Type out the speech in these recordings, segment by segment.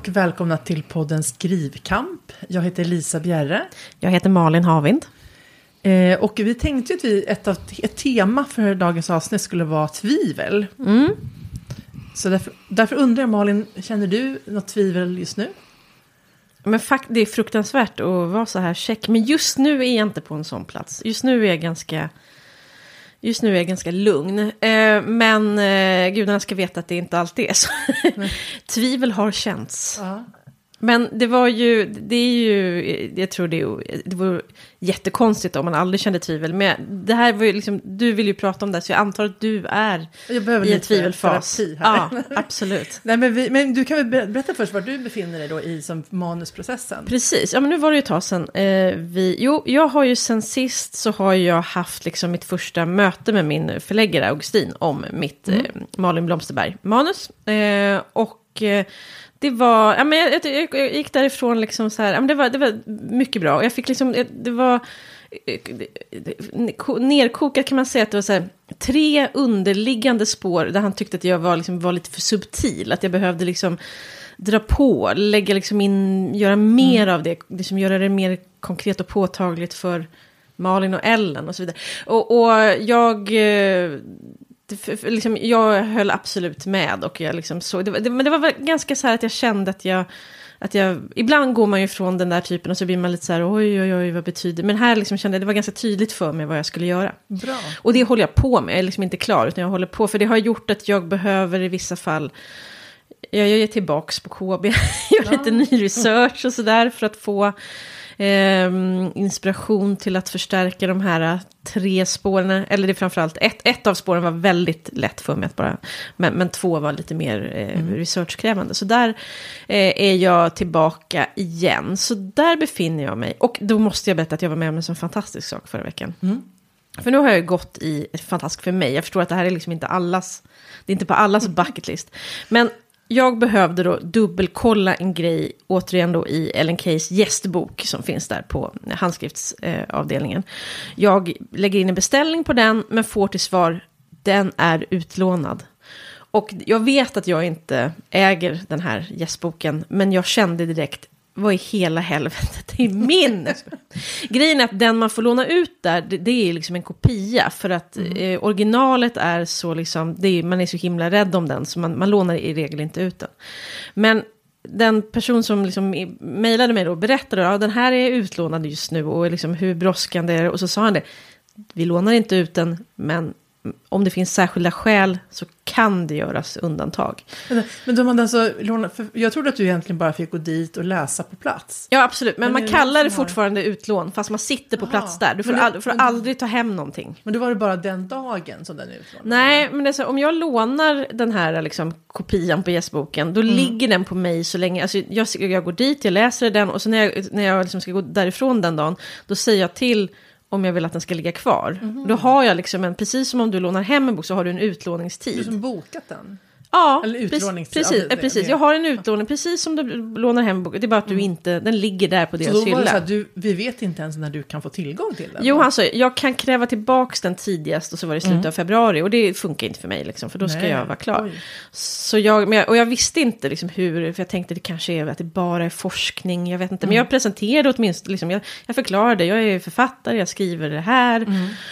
och välkomna till podden Skrivkamp. Jag heter Lisa Bjerre. Jag heter Malin Havind. Och vi tänkte att ett tema för dagens avsnitt skulle vara tvivel. Så därför undrar jag, Malin, känner du något tvivel just nu? Men det är fruktansvärt att vara så här check. Men just nu är jag inte på en sån plats. Just nu är jag ganska lugn. Men gudarna ska veta att det inte alltid är så. Tvivel har känts. Ja. Men det är ju, jag tror det var jättekonstigt om man aldrig kände tvivel. Men det här var ju liksom, du vill ju prata om det, så jag antar att du är i en tvivelfas. Ja, absolut. Nej, men du kan väl berätta först var du befinner dig då i som manusprocessen. Precis, ja men nu var det ju ett tag sedan. Jag har ju sen sist så har jag haft liksom mitt första möte med min förläggare Augustin om mitt Malin Blomsterberg manus. Det var, ja men jag gick därifrån liksom så här, ja men det var mycket bra. Och jag fick liksom, det var nerkokat kan man säga, att det var så här 3 underliggande spår där han tyckte att jag var lite för subtil, att jag behövde liksom dra på, lägga liksom in, göra mer av det, liksom göra det mer konkret och påtagligt för Malin och Ellen och så vidare. Och jag höll absolut med, och jag liksom så men det var väl ganska så här att jag kände att jag ibland går man ju från den där typen och så blir man lite så här oj vad betyder, men här liksom kände jag det var ganska tydligt för mig vad jag skulle göra. Bra. Och det håller jag på med, jag är liksom inte klar utan jag håller på, för det har gjort att jag behöver i vissa fall, jag är tillbaks på KB, gör lite ny research och sådär för att få inspiration till att förstärka de här 3 spåren, eller det är framförallt ett av spåren var väldigt lätt för mig att bara, men 2 var lite mer researchkrävande, så där är jag tillbaka igen, så där befinner jag mig, och då måste jag berätta att jag var med om en sån fantastisk sak förra veckan. För nu har jag gått i ett fantastiskt för mig, jag förstår att det här är liksom inte allas, det är inte på allas bucketlist, men jag behövde då dubbelkolla en grej återigen då i Ellen Keys gästbok som finns där på handskriftsavdelningen. Jag lägger in en beställning på den men får till svar, den är utlånad. Och jag vet att jag inte äger den här gästboken, men jag kände direkt, vad i hela helvetet, det är min. Grejen är att den man får låna ut där, det är liksom en kopia, för att originalet är så liksom, man är så himla rädd om den, så man lånar i regel inte ut den. Men den person som liksom mejlade mig då berättade, ja den här är utlånad just nu och liksom hur brådskande är det, och så sa han det, vi lånar inte ut den, men om det finns särskilda skäl så kan det göras undantag. Men då man alltså jag trodde att du egentligen bara fick gå dit och läsa på plats. Ja, absolut. Men man kallar det fortfarande utlån fast man sitter på plats där. Du får aldrig ta hem någonting. Men då var det bara den dagen som den är utlånad? Nej, men det är så, om jag lånar den här liksom, kopian på gästboken, då ligger den på mig så länge. Alltså, jag går dit, jag läser den, och så när jag liksom ska gå därifrån den dagen, då säger jag till om jag vill att den ska ligga kvar. Då har jag liksom precis som om du lånar hem en bok så har du en utlåningstid. Du som bokat den? Ja, eller utlåningstid. Precis. Jag har en utlåning precis som du lånar hem en bok. Det är bara att du inte, den ligger där på deras hylla. Så då var det så här, vi vet inte ens när du kan få tillgång till den. Jo, alltså, jag kan kräva tillbaks den tidigast, och så var det i slutet av februari, och det funkar inte för mig liksom, för då ska jag vara klar. Oj. Så jag visste inte liksom hur, för jag tänkte det kanske är att det bara är forskning, jag vet inte, men jag presenterade åtminstone liksom, jag förklarade, jag är författare, jag skriver det här.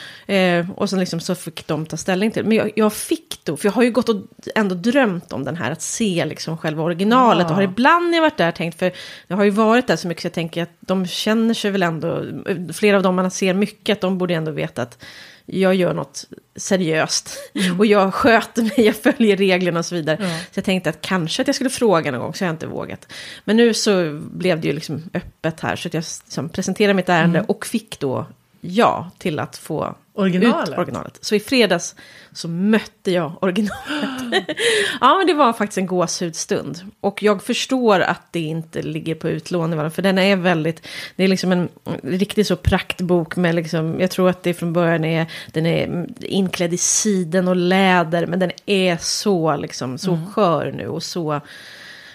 Och sen liksom så fick de ta ställning till. Men jag fick då, för jag har ju gått och ändå drömt om den här, att se liksom själva originalet. Och har ibland när jag varit där tänkt, för jag har ju varit där så mycket så jag tänker att de känner sig väl ändå, flera av dem man ser mycket, att de borde ändå veta att jag gör något seriöst. Och jag sköter mig, jag följer reglerna och så vidare. Så jag tänkte att kanske att jag skulle fråga någon gång, så jag har inte vågat. Men nu så blev det ju liksom öppet här, så att jag liksom presenterade mitt ärende och fick då till att få originalet. Så i fredags så mötte jag originalet. Ja, men det var faktiskt en gåshudstund. Och jag förstår att det inte ligger på utlåning, för den är väldigt, det är liksom en riktigt så praktbok med liksom, jag tror att det från början den är inklädd i siden och läder, men den är så liksom så skör nu och så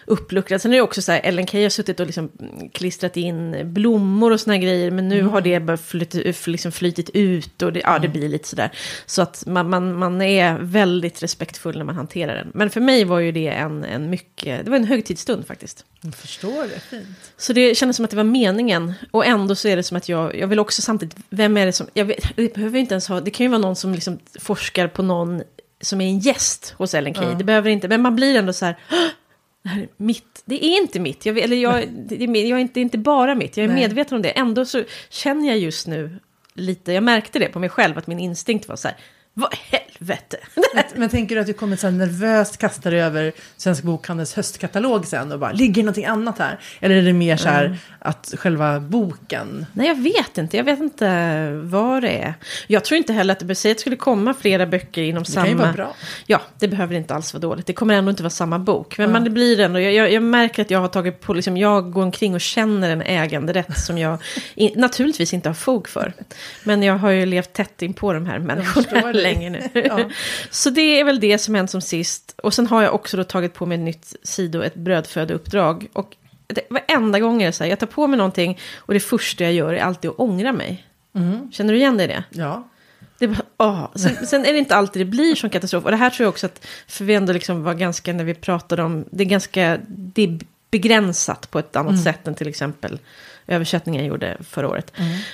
uppluckrat. Sen är det också så här, Ellen Key har suttit och liksom klistrat in blommor och såna grejer, men nu har det bara flytit ut och det blir lite sådär. Så att man är väldigt respektfull när man hanterar den. Men för mig var ju det det var en högtidsstund faktiskt. Jag förstår det, fint. Så det kändes som att det var meningen. Och ändå så är det som att jag vill också samtidigt, vem är det som, det behöver inte ens ha, det kan ju vara någon som liksom forskar på någon som är en gäst hos Ellen Key. Det behöver inte, men man blir ändå så här, det här är mitt. Det är inte mitt. Det är inte bara mitt. Jag är medveten om det. Ändå så känner jag just nu lite, jag märkte det på mig själv, att min instinkt var så här, vad helvete. Men tänker du att du kommer så här nervöst kasta dig över Svensk Bokhandels höstkatalog sen och bara, ligger någonting annat här? Eller är det mer så här att själva boken? Nej, jag vet inte vad det är. Jag tror inte heller att det skulle komma flera böcker inom samma... Det kan ju vara bra. Ja, det behöver inte alls vara dåligt. Det kommer ändå inte vara samma bok. Men det blir ändå... Jag märker att jag har tagit på... Liksom, jag går omkring och känner en äganderätt som jag naturligtvis inte har fog för. Men jag har ju levt tätt in på de här människorna länge nu. Ja. Så det är väl det som hänt som sist. Och sen har jag också då tagit på mig ett nytt ett brödfödeuppdrag. Och varenda gång är det så här, jag tar på mig någonting och det första jag gör är alltid att ångra mig. Känner du igen dig i det? Ja. Det bara, sen är det inte alltid det blir som katastrof. Och det här tror jag också att, för vi ändå liksom var ganska, när vi pratade om, det är begränsat på ett annat sätt än till exempel översättningen jag gjorde förra året.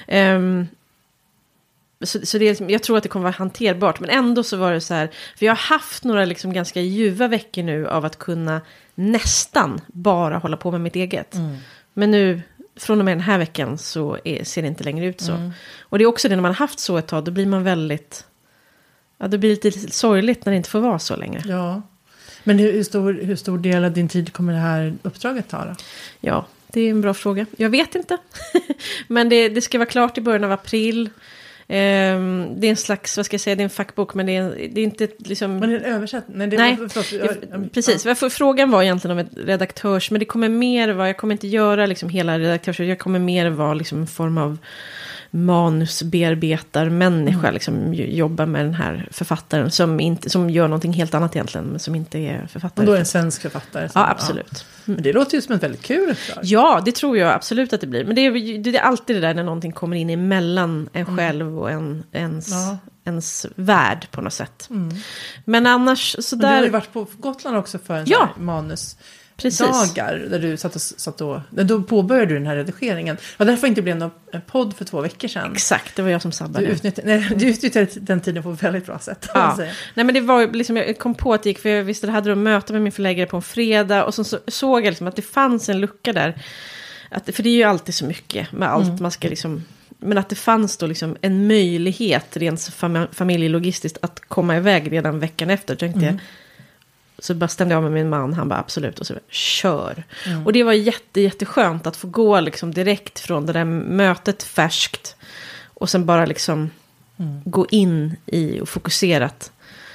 Så det är liksom, jag tror att det kommer vara hanterbart. Men ändå så var det så här, för jag har haft några liksom ganska ljuva veckor nu av att kunna nästan bara hålla på med mitt eget. Men nu, från och med den här veckan så ser det inte längre ut så. Och det är också det, när man har haft så ett tag, då blir man väldigt... Ja, det blir lite sorgligt när det inte får vara så längre. Ja. Men hur stor del av din tid kommer det här uppdraget ta då? Ja, det är en bra fråga. Jag vet inte. Men det ska vara klart i början av april. Det är en slags, vad ska jag säga, det är en fackbok, men det är inte liksom... Men det är en översättning? Nej, precis. Frågan var egentligen om ett redaktörs, men det kommer mer vara, jag kommer inte göra liksom hela redaktörs, jag kommer mer vara liksom en form av manusbearbetarmänniska, liksom jobba med den här författaren som gör någonting helt annat egentligen, men som inte är författare. Och då är en svensk författare? Ja, absolut. Men det låter ju som ett väldigt kul uppdrag. Ja, det tror jag absolut att det blir. Men det är alltid det där när någonting kommer in emellan en själv och ens värld på något sätt. Men annars så där... Du har ju varit på Gotland också för en manus... dagar där du satt och då påbörjade du den här redigeringen. Och därför inte blev någon podd för 2 veckor sedan. Exakt, det var jag som sabbade. Du utnyttjade den tiden på ett väldigt bra sätt. Ja. Nej, men det var liksom, jag kom på att det gick, för jag visste att jag hade möte med min förläggare på en fredag, och så såg jag liksom att det fanns en lucka där. För det är ju alltid så mycket med allt man ska liksom... Men att det fanns då liksom en möjlighet rent familjelogistiskt att komma iväg redan veckan efter, tänkte jag. Så bestämde jag med min man, han bara absolut, och så kör. Och det var jätteskönt att få gå liksom direkt från det där mötet färskt och sen bara liksom gå in i och fokuserat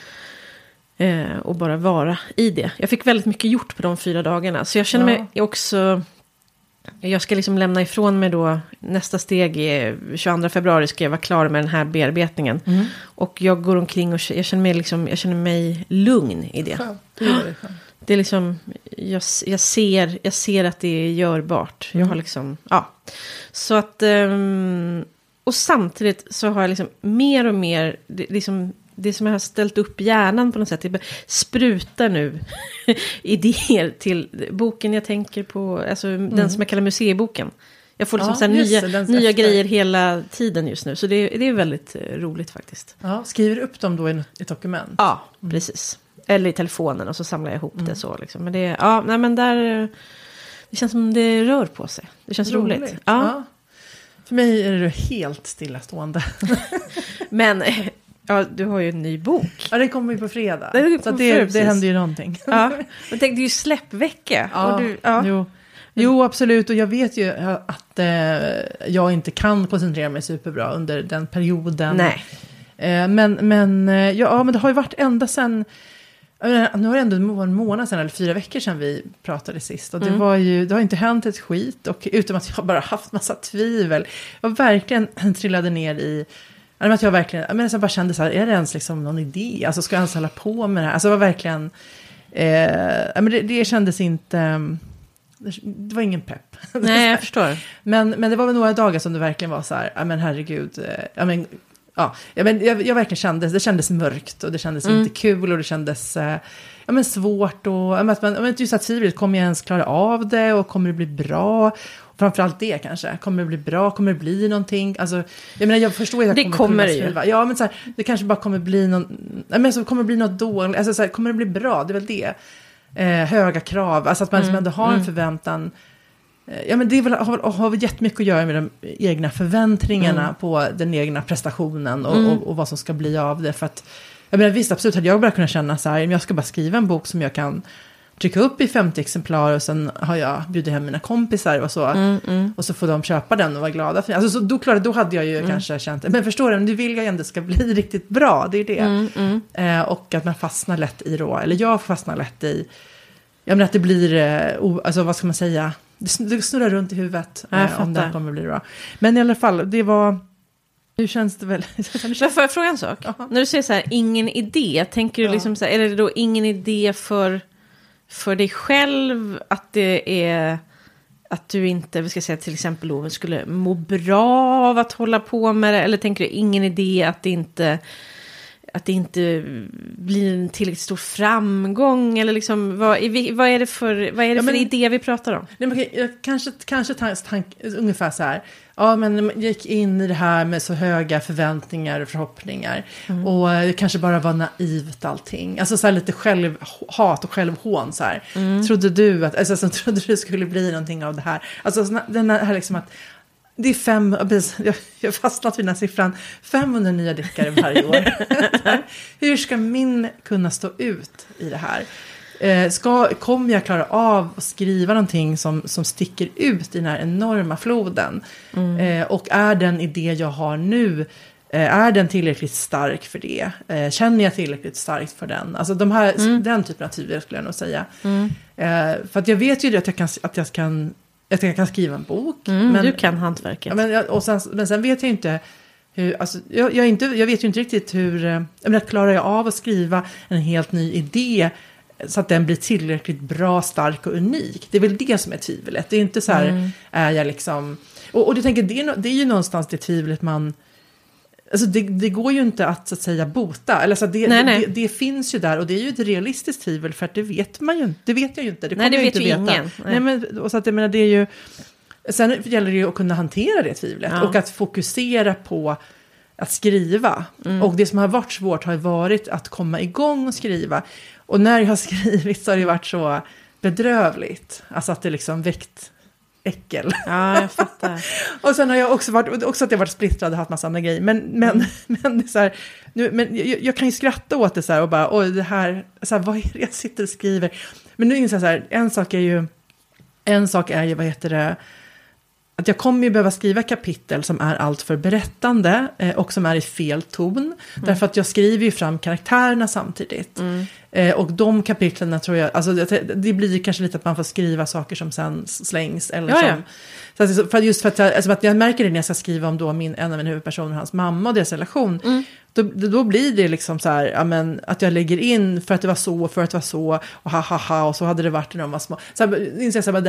och bara vara i det. Jag fick väldigt mycket gjort på de 4 dagarna, så jag känner mig också... Jag ska liksom lämna ifrån mig då, nästa steg är 22 februari ska jag vara klar med den här bearbetningen. Och jag går omkring och jag känner mig lugn i det. Det är liksom, jag ser att det är görbart. Jag har liksom, så att, och samtidigt så har jag liksom mer och mer, liksom, det som jag har ställt upp hjärnan på något sätt, det sprutar nu idéer till boken jag tänker på, alltså den som jag kallar museiboken. Jag får liksom nya grejer hela tiden just nu, så det är väldigt roligt faktiskt. Ja, skriver upp dem då i ett dokument? Ja, precis. Eller i telefonen, och så samlar jag ihop det så liksom. Men det känns som det rör på sig. Det känns roligt. Ja. För mig är det helt stillastående. Men... Ja, du har ju en ny bok. Ja, den kommer ju på fredag. Så det händer ju någonting. Ja, jag tänkte ju släppvecka. Ja, Jo, absolut. Och jag vet ju att jag inte kan koncentrera mig superbra under den perioden. Nej. Men det har ju varit ända sedan... Nu har det ändå en månad sedan, eller 4 veckor sedan vi pratade sist. Och det har inte hänt ett skit. Och utom att jag bara haft massa tvivel. Jag verkligen trillade ner i... Att jag verkligen, jag bara kände så här, är det ens liksom någon idé? Alltså ska jag ens hålla på med det här? Alltså det var verkligen Men det kändes inte... Det var ingen pepp. Nej, jag förstår. Men det var väl några dagar som det verkligen var så här, men herregud, jag verkligen kändes, det kändes mörkt och det kändes inte kul och det kändes svårt och just att tvivlet, kommer jag ens klara av det och kommer det bli bra? Framförallt det kanske, kommer det bli bra, kommer det bli någonting? Alltså, jag förstår att jag kommer ju. Ja, men så här, det kanske bara kommer bli kommer det bli något dåligt, alltså så här, kommer det bli bra? Det är väl det. Höga krav, alltså att man ändå har en förväntan. Men det har väl jättemycket att göra med de egna förväntningarna på den egna prestationen och vad som ska bli av det. För att, visst, absolut hade jag bara kunnat känna så här, jag ska bara skriva en bok som jag kan trycka upp i 50 exemplar och sen har jag bjudit hem mina kompisar och så. Och så får de köpa den och vara glada för det. Alltså, då hade jag ju kanske känt, men förstår du, nu vill jag ändå ska bli riktigt bra, det är det. Och att man fastnar lätt i eller jag fastnar lätt i, att det blir, alltså vad ska man säga, det snurrar runt i huvudet om det kommer bli bra. Men i alla fall, det var... Hur känns det väl? Men får jag fråga en sak? Uh-huh. När du säger så här, ingen idé, tänker du liksom så här, är det då ingen idé för dig själv att det är att du inte, vi ska säga till exempel då, skulle må bra av att hålla på med det, eller tänker du ingen idé att det inte blir en tillräckligt stor framgång, eller liksom vad är det för idé vi pratar om? Nej, men kanske ungefär så här. Ja, men jag gick in i det här med så höga förväntningar och förhoppningar. Och det kanske bara var naivt allting. Alltså så här lite självhat och självhån så här. Trodde du att, alltså trodde du skulle bli någonting av det här? Alltså den här liksom att det är jag har fastnat vid den här siffran, 500 nya deckare varje år. Hur ska min kunna stå ut i det här? Kommer jag klara av att skriva någonting som sticker ut i den här enorma floden? Och är den idé jag har nu, är den tillräckligt stark för det? Känner jag tillräckligt starkt för den? Alltså den typen av tvivel skulle jag nog säga. För att jag vet ju att jag kan skriva en bok. Men du kan hantverket. Men sen vet jag inte hur, alltså, jag vet ju inte riktigt hur, klarar jag av att skriva en helt ny idé så att den blir tillräckligt bra, stark och unik. Det är väl det som är tvivlet. Det är inte så här, är jag liksom... Och du tänker, det är ju någonstans det tvivlet man... Alltså det går ju inte att, så att säga, bota. Eller så det finns ju där, och det är ju ett realistiskt tvivel, för att det vet man ju inte. Det vet jag ju inte. Det kommer jag inte veta. Ingen. Nej, men, och så att jag menar, det är ju... Sen gäller det ju att kunna hantera det tvivlet. Ja. Och att fokusera på att skriva. Och det som har varit svårt har varit att komma igång och skriva. Och när jag har skrivit så har det varit så bedrövligt. Alltså att det liksom väckt äckel. Ja, jag fattar. Och sen har jag också att jag varit splittrad och haft massa andra grejer. Men det är så här, jag kan ju skratta åt det så här och bara, oj, det här, så här, vad är det jag sitter och skriver? Men nu inser jag så här, en sak är ju, vad heter det, att jag kommer ju behöva skriva kapitel som är allt för berättande och som är i fel ton. Därför att jag skriver ju fram karaktärerna samtidigt. Och de kapitlen tror jag, alltså det blir kanske lite att man får skriva saker som sen slängs. Eller för att jag märker det när jag ska skriva om då en av mina huvudpersoner, hans mamma och deras relation. Då blir det liksom så här, att jag lägger in för att det var så och ha och så hade det varit när de var små. Så det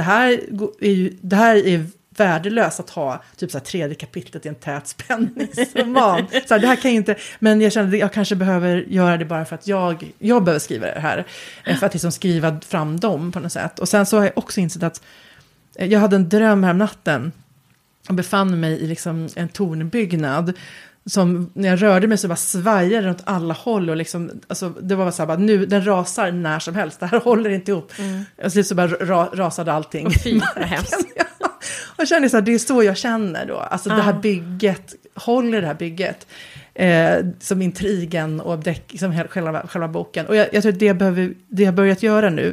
här är värdelöst att ha typ så här 3:e kapitlet i en tät spänningsroman. Så här, det här kan jag inte, men jag kände att jag kanske behöver göra det bara för att jag behöver skriva det här. För att liksom skriva fram dem på något sätt. Och sen så har jag också insett att jag hade en dröm här om natten och befann mig i liksom en tornbyggnad som när jag rörde mig så bara svajade runt alla håll och liksom, alltså det var så här bara, nu den rasar när som helst, det här håller inte ihop. Och så bara rasade allting. Och fy, vad hemskt. Och jag känner så här, det är så jag känner då. Alltså det här bygget, håller det här bygget som intrigen och som själva boken. Och jag tror att det jag börjat göra nu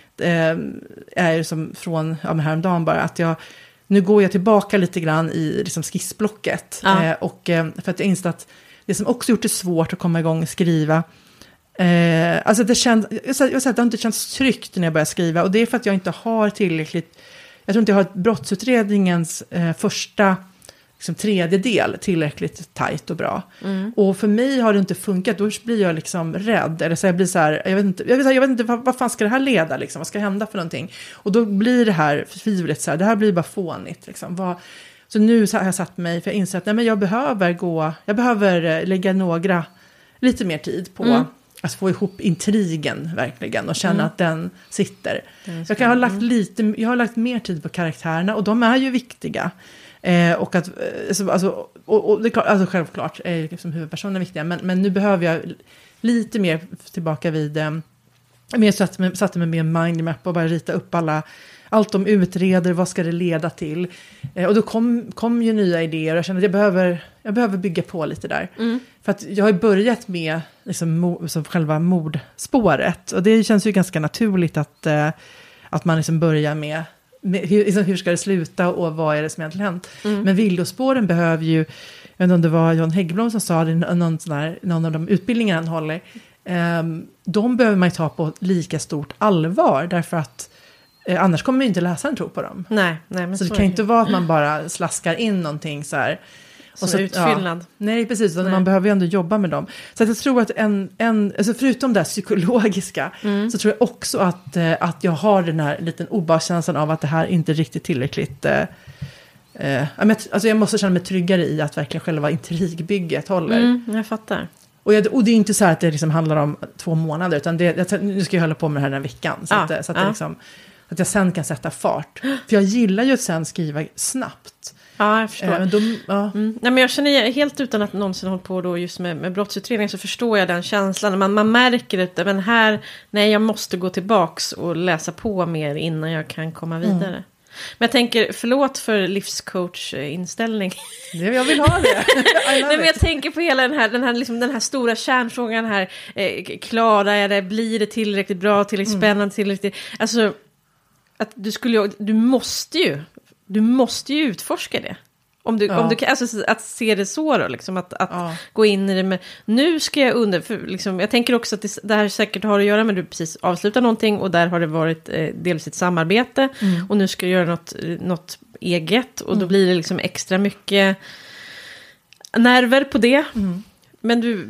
är ju som från häromdagen bara, att nu går jag tillbaka lite grann i liksom skissblocket. Och för att jag inser att det som också gjort det svårt att komma igång och skriva, alltså det har inte känts tryggt när jag börjar skriva. Och det är för att jag inte har tillräckligt, jag tror inte jag har brottsutredningens första liksom tredjedel tillräckligt tajt och bra. Och för mig har det inte funkat. Då blir jag liksom rädd. Eller så jag blir så här, jag vet inte vad fan ska det här leda liksom? Vad ska hända för någonting? Och då blir det här förtvivligt så här, det här blir bara fånigt liksom. Så nu har jag satt mig, för jag inser att nej, men jag behöver lägga lite mer tid på att få ihop intrigen verkligen och känna att den sitter. Jag har lagt mer tid på karaktärerna och de är ju viktiga. Och att och det är klart, alltså självklart är liksom huvudpersonen viktiga, men nu behöver jag lite mer tillbaka vid mer satte mig med en mindmap och bara rita upp allt de utreder, vad ska det leda till. Och då kom ju nya idéer och jag kände att jag behöver bygga på lite där. För att jag har börjat med liksom, själva mordspåret. Och det känns ju ganska naturligt att man liksom börjar med hur ska det sluta och vad är det som egentligen hänt. Men villospåren behöver ju, jag vet inte om det var John Häggblom som sa det, någon av de utbildningar han håller. De behöver man ju ta på lika stort allvar därför att annars kommer ju inte läsaren tro på dem. Nej, men så det kan ju inte vara att man bara slaskar in någonting så här. Och så utfyllnad. Ja, nej, precis. Man behöver ju ändå jobba med dem. Så att jag tror att alltså förutom det psykologiska så tror jag också att jag har den här liten obehagskänslan av att det här inte är riktigt tillräckligt. Alltså jag måste känna mig tryggare i att verkligen själva intrigbygget håller. Jag fattar. Och det är inte så här att det liksom handlar om 2 månader utan nu ska jag hålla på med det här den här veckan. Så att jag sen kan sätta fart. För jag gillar ju att sen skriva snabbt. Ja, jag förstår. Nej, men jag känner helt utan att någonsin hållit på då just med brottsutredning så förstår jag den känslan. Man märker det, men här, nej, jag måste gå tillbaks och läsa på mer innan jag kan komma vidare. Men jag tänker, förlåt för livscoach-inställning. Jag vill ha det. Nej, men jag tänker på hela den här stora kärnfrågan här. Klarar jag det? Blir det tillräckligt bra? Tillräckligt spännande? Tillräckligt... Alltså, att du måste ju utforska det. Om du kan, alltså, att se det så då, liksom, att gå in i det med, nu ska jag liksom, jag tänker också att det här säkert har att göra med att du precis avslutar någonting och där har det varit dels ett samarbete och nu ska du göra något eget och då blir det liksom extra mycket nerver på det. Men du,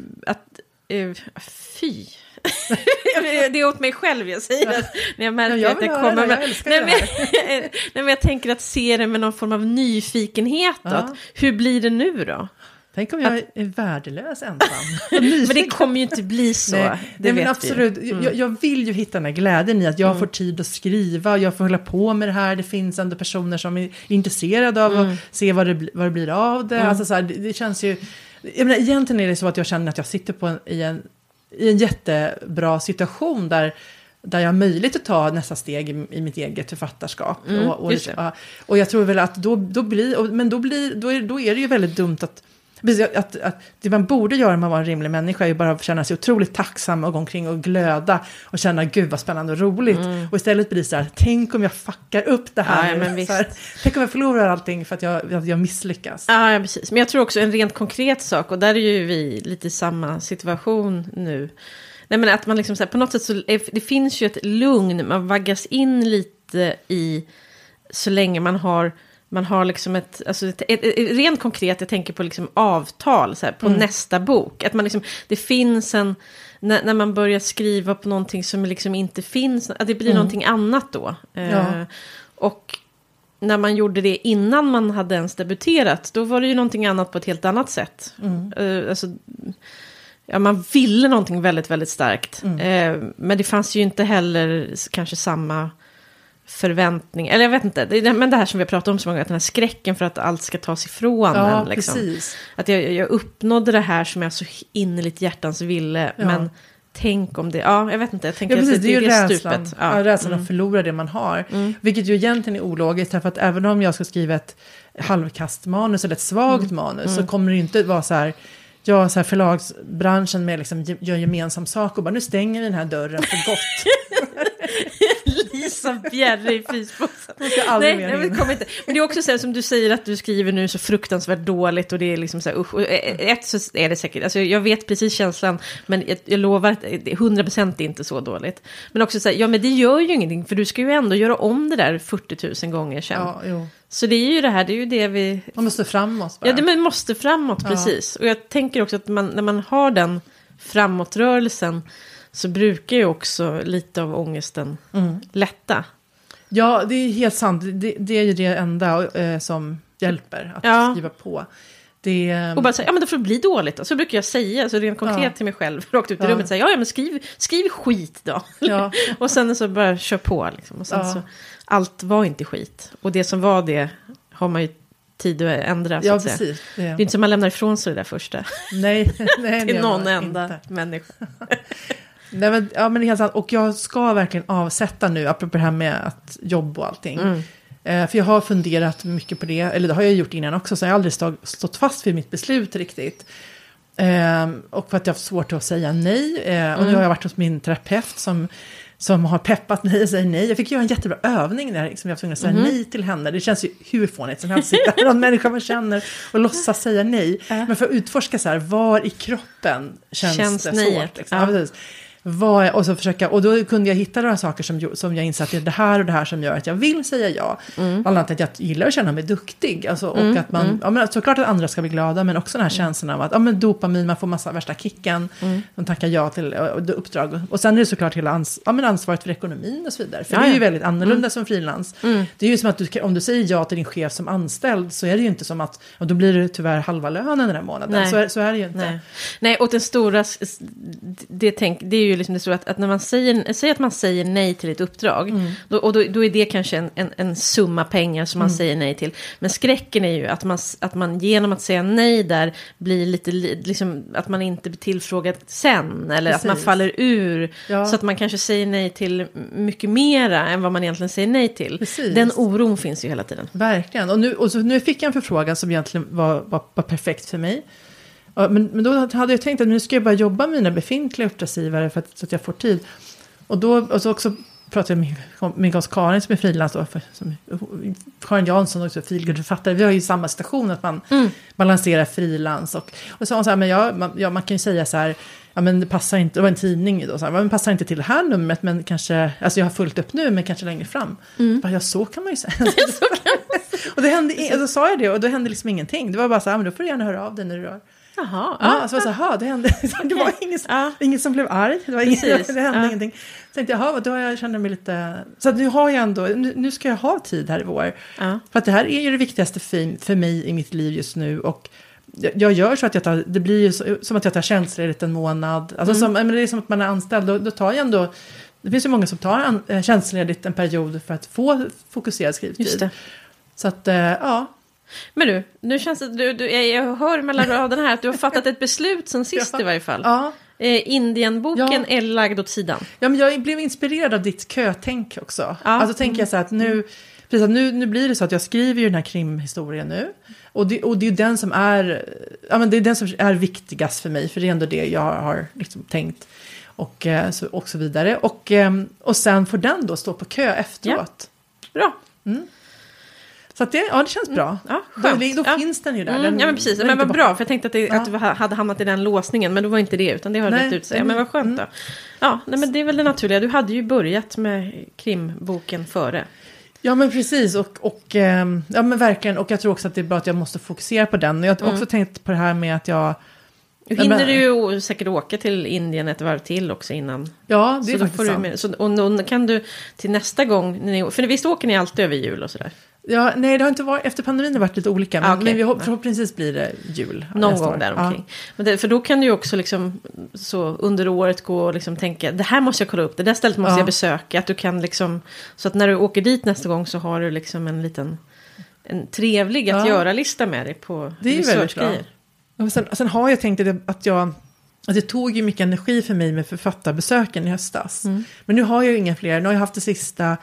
fy. Det är åt mig själv jag säger det. När jag märker att det kommer. Nej, men jag tänker att se det med någon form av nyfikenhet. Hur blir det nu då? Tänk om jag är värdelös ensam. Men det kommer ju inte bli så. Nej, men absolut. Jag vill ju hitta den här glädjen i att jag får tid att skriva. Jag får hålla på med det här. Det finns ändå personer som är intresserade av att se vad det blir av det. Alltså, så här, det känns ju... Jag menar, egentligen är det så att jag känner att jag sitter i en jättebra situation där jag har möjlighet att ta nästa steg i mitt eget författarskap. Och jag tror väl att då är det ju väldigt dumt att det man borde göra om man var en rimlig människa är ju bara att känna sig otroligt tacksam och gå omkring och glöda och känna gud vad spännande och roligt. Och istället blir det så här, tänk om jag fuckar upp det här. Så här, tänk om jag förlorar allting för att jag misslyckas. Ja, precis. Men jag tror också en rent konkret sak, och där är ju vi lite i samma situation nu. Nej, men att man liksom så här, på något sätt så det finns ju ett lugn, man vaggas in lite i så länge man har liksom ett rent konkret, jag tänker på liksom avtal så här, på nästa bok. Att man liksom, det finns när man börjar skriva på någonting som liksom inte finns, att det blir någonting annat då. Och när man gjorde det innan man hade ens debuterat, då var det ju någonting annat på ett helt annat sätt. Man ville någonting väldigt, väldigt starkt. Men det fanns ju inte heller kanske samma förväntning, eller jag vet inte, men det här som vi har pratat om så många, att den här skräcken för att allt ska tas ifrån en, liksom. Precis. Att jag uppnådde det här som jag så innerligt hjärtans ville, men tänk om det, jag vet inte, jag tänker precis, att det är ju rädslan, rädslan att förlora det man har, vilket ju egentligen är ologiskt, för att även om jag ska skriva ett halvkastmanus eller ett svagt manus, så kommer det ju inte vara så här, så här förlagsbranschen med liksom gör gemensam sak och bara nu stänger vi den här dörren för gott. massa bjärre i fryspåsen. Nej, det kommer inte. Men det är också så här, som du säger att du skriver nu så fruktansvärt dåligt och det är liksom så här, usch. Ett så är det säkert, alltså jag vet precis känslan, men jag lovar att 100% är inte så dåligt. Men också så här, ja men det gör ju ingenting, för du ska ju ändå göra om det där 40 000 gånger sen. Ja, jo. Så det är ju det här, det är ju det vi... Man måste framåt bara. Ja, man måste framåt, precis. Och jag tänker också att när man har den framåtrörelsen så brukar ju också lite av ångesten lätta. Ja, det är helt sant. Det är ju det enda som hjälper att skriva på. Och bara säga, ja men det får bli dåligt. Så brukar jag säga, så rent konkret till mig själv, rakt ut i rummet, säga, ja men skriv skit då. Ja. Och sen så bara kör på liksom. Och sen så, allt var inte skit. Och det som var det har man ju tid att ändra. Så att precis. Det är inte som man lämnar ifrån sig det där första. Nej till någon enda människa. Nej, men, ja, men det är helt sant. Och jag ska verkligen avsätta nu, apropå det här med att jobba och allting. För jag har funderat mycket på det, eller det har jag gjort innan också, så jag har aldrig stått fast vid mitt beslut riktigt. Och för att jag har svårt att säga nej. Och nu har jag varit hos min terapeut som har peppat mig och säger nej. Jag fick göra en jättebra övning där liksom jag var tvungen att säga nej till henne. Det känns ju hur fånigt som helst. Sitta med någon människa man känner och låtsas säga nej. Men för att utforska så här, var i kroppen känns det svårt. Liksom. Ja, precis. Och så försöka, och då kunde jag hitta några saker som jag insatt är det här och det här som gör att jag vill säga ja. Bland annat att jag gillar att känna mig duktig. Alltså, och att man, ja, men såklart att andra ska bli glada, men också den här känslan av att ja, men dopamin, man får massa värsta kicken. Man tackar ja till uppdrag. Och sen är det såklart hela ansvaret för ekonomin och så vidare. För det är ju väldigt annorlunda som frilans. Det är ju som att om du säger ja till din chef som anställd, så är det ju inte som att, och då blir det tyvärr halva lönen den här månaden. Så är det ju inte. Nej, och den stora, det är ju liksom det så att när man säger att man säger nej till ett uppdrag, då är det kanske en summa pengar som man säger nej till. Men skräcken är ju att man genom att säga nej där blir lite liksom, att man inte blir tillfrågad sen, eller precis. Att man faller ur, så att man kanske säger nej till mycket mera än vad man egentligen säger nej till. Precis. Den oron finns ju hela tiden. Verkligen. Och nu fick jag en förfrågan som egentligen var perfekt för mig. Men då hade jag tänkt att nu ska jag bara jobba med mina befintliga uppdragsgivare så att jag får tid. Och så också pratade jag med min kompis Karin som är frilans då, Karin Jansson också, feelgood-författare. Vi har ju samma situation att man balanserar frilans. Och så sa hon så här, men man kan ju säga så här, ja men det passar inte, det var en tidning då, så här, men passar inte till det här numret, men kanske, alltså jag har fullt upp nu, men kanske längre fram. Ja, så kan man ju säga. Och det hände, och då sa jag det, och då hände liksom ingenting. Det var bara så här, men då får du gärna höra av dig när du rör. Jaha. Så var så här, det hände. Det var ingen som blev arg. Det hände ingenting. Så tänkte jag, då har jag känner mig lite... Så nu har jag ändå... Nu ska jag ha tid här i vår. För att det här är ju det viktigaste för mig i mitt liv just nu. Och jag gör så att det blir ju som att jag tar tjänstledigt en månad. Alltså men det är som att man är anställd. Då tar jag ändå... Det finns ju många som tar tjänstledigt en period för att få fokuserad skrivtid. Just det. Så att, Men nu känns det, jag hör mellan raderna här att du har fattat ett beslut sen sist i varje fall. Ja. Indienboken är lagd åt sidan. Ja, men jag blev inspirerad av ditt kötänk också. Ja. Alltså tänker jag så här att nu blir det så att jag skriver ju den här krimhistorien nu. Och det är ju den som är, ja men det är den som är viktigast för mig. För det är ändå det jag har liksom tänkt. Och så vidare. Och sen får den då stå på kö efteråt. Ja. Bra. Så att det känns bra. Ja, då finns den ju där. Ja, men precis. Men vad bra, för jag tänkte att du hade hamnat i den låsningen, men då var inte det, utan det har rätt ut sig. Men vad skönt då. Ja, men det är väl det naturliga. Du hade ju börjat med krimboken före. Ja, men precis. Och ja, men verkligen. Och jag tror också att det är bra att jag måste fokusera på den. Och jag har också tänkt på det här med att jag... Du hinner ju säkert åka till Indien ett varv till också innan. Ja, det är faktiskt sant. Och då kan du till nästa gång... För visst åker ni alltid över jul och sådär? Ja, nej, det har inte varit... Efter pandemin har det varit lite olika. Men förhoppningsvis blir det jul. Någon gång där omkring. Ja. Men för då kan du ju också liksom, så under året gå och liksom tänka... Det här måste jag kolla upp. Det där stället måste jag besöka. Att du kan liksom... Så att när du åker dit nästa gång så har du liksom en trevlig att göra-lista med dig på det är väldigt bra. Och sen har jag tänkt att det tog ju mycket energi för mig med författarbesöken i höstas. Men nu har jag ju inga fler. Nu har jag haft det sista...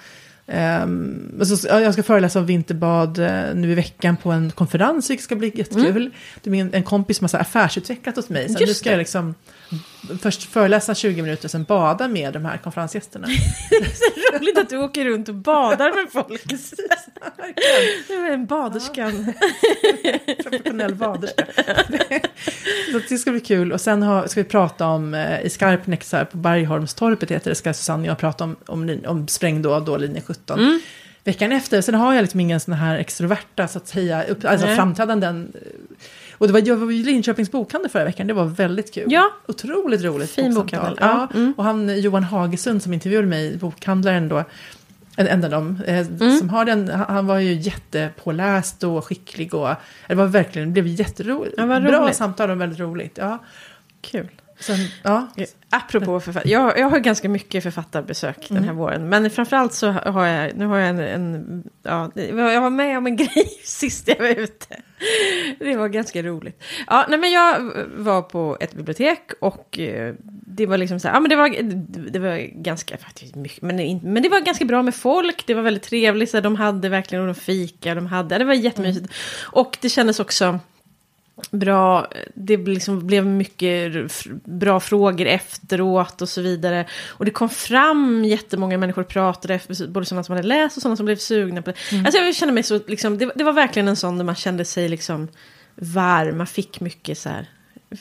jag ska föreläsa om vinterbad nu i veckan på en konferens, vilket ska bli jättekul. Det är en kompis som har affärsutvecklat hos mig. Så nu ska jag liksom först föreläsa 20 minuter och sen bada med de här konferensgästerna. Det är så roligt att du åker runt och badar med folk. Du är en baderskan. Professionell baderska. Så det ska bli kul. Och sen ska vi prata om i Skarpnäck på Bergholmstorpet heter det, ska Susanne och jag prata om sprängdåd då linje 17. Veckan efter, sen har jag liksom ingen sån här extroverta så att säga, framträdanden. Och jag var i Linköpings bokhandel förra veckan, det var väldigt kul. Ja. Otroligt roligt. Fin bokhandel. Ja. Och han, Johan Hagesund som intervjuade mig, bokhandlaren då, en av dem, som har den, han var ju jättepåläst och skicklig och det blev jätteroligt. Bra samtal och väldigt roligt. Ja. Kul. Sen, ja. Apropå jag har ganska mycket författarbesök den här våren. Men framförallt så har jag jag var med om en grej sist jag var ute. Det var ganska roligt. Ja, men jag var på ett bibliotek och det var liksom så här, det var ganska faktiskt mycket, men det var ganska bra med folk. Det var väldigt trevligt, så de hade verkligen de fika, det var jättemysigt. Och det kändes också bra, det liksom blev mycket bra frågor efteråt och så vidare. Och det kom fram jättemånga människor pratade, både sådana som hade läst och sådana som blev sugna på det. Alltså jag kände mig så, liksom, det var verkligen en sån där man kände sig liksom varm, man fick mycket så här,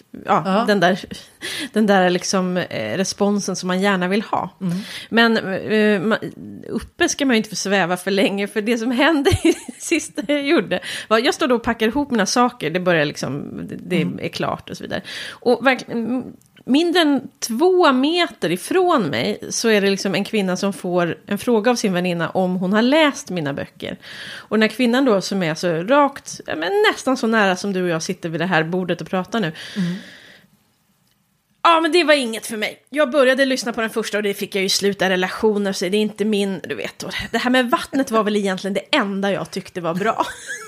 den där liksom responsen som man gärna vill ha. Men uppe ska man ju inte få sväva för länge, för det som hände sista jag gjorde var, jag stod och packade ihop mina saker, det börjar liksom, det är klart och så vidare. Och verkligen mindre än 2 meter ifrån mig så är det liksom en kvinna som får en fråga av sin väninna om hon har läst mina böcker. Och den här kvinnan då som är så rakt, nästan så nära som du och jag sitter vid det här bordet och pratar nu. Ja, men det var inget för mig. Jag började lyssna på den första och det fick jag ju sluta relationer, så det är inte min, du vet. Det här med vattnet var väl egentligen det enda jag tyckte var bra.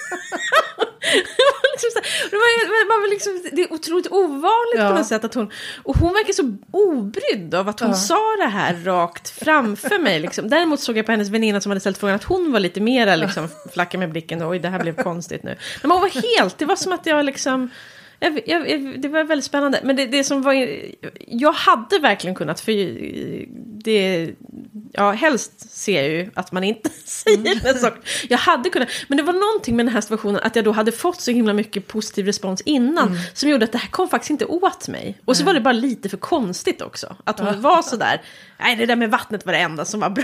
Det är otroligt ovanligt på något sätt att hon verkar så obrydd av att hon sa det här rakt framför mig liksom. Däremot såg jag på hennes väninna som hade ställt frågan att hon var lite mera liksom flacka med blicken och oj, det här blev konstigt nu. Men hon var helt, det var som att jag liksom det var väldigt spännande. Men det som var, jag hade verkligen kunnat, för det, helst ser jag ju att man inte säger en sak. Jag hade kunnat, men det var någonting med den här situationen att jag då hade fått så himla mycket positiv respons innan som gjorde att det här kom faktiskt inte åt mig. Och så var det bara lite för konstigt också. Att hon var så där, nej, det där med vattnet var det enda som var bra.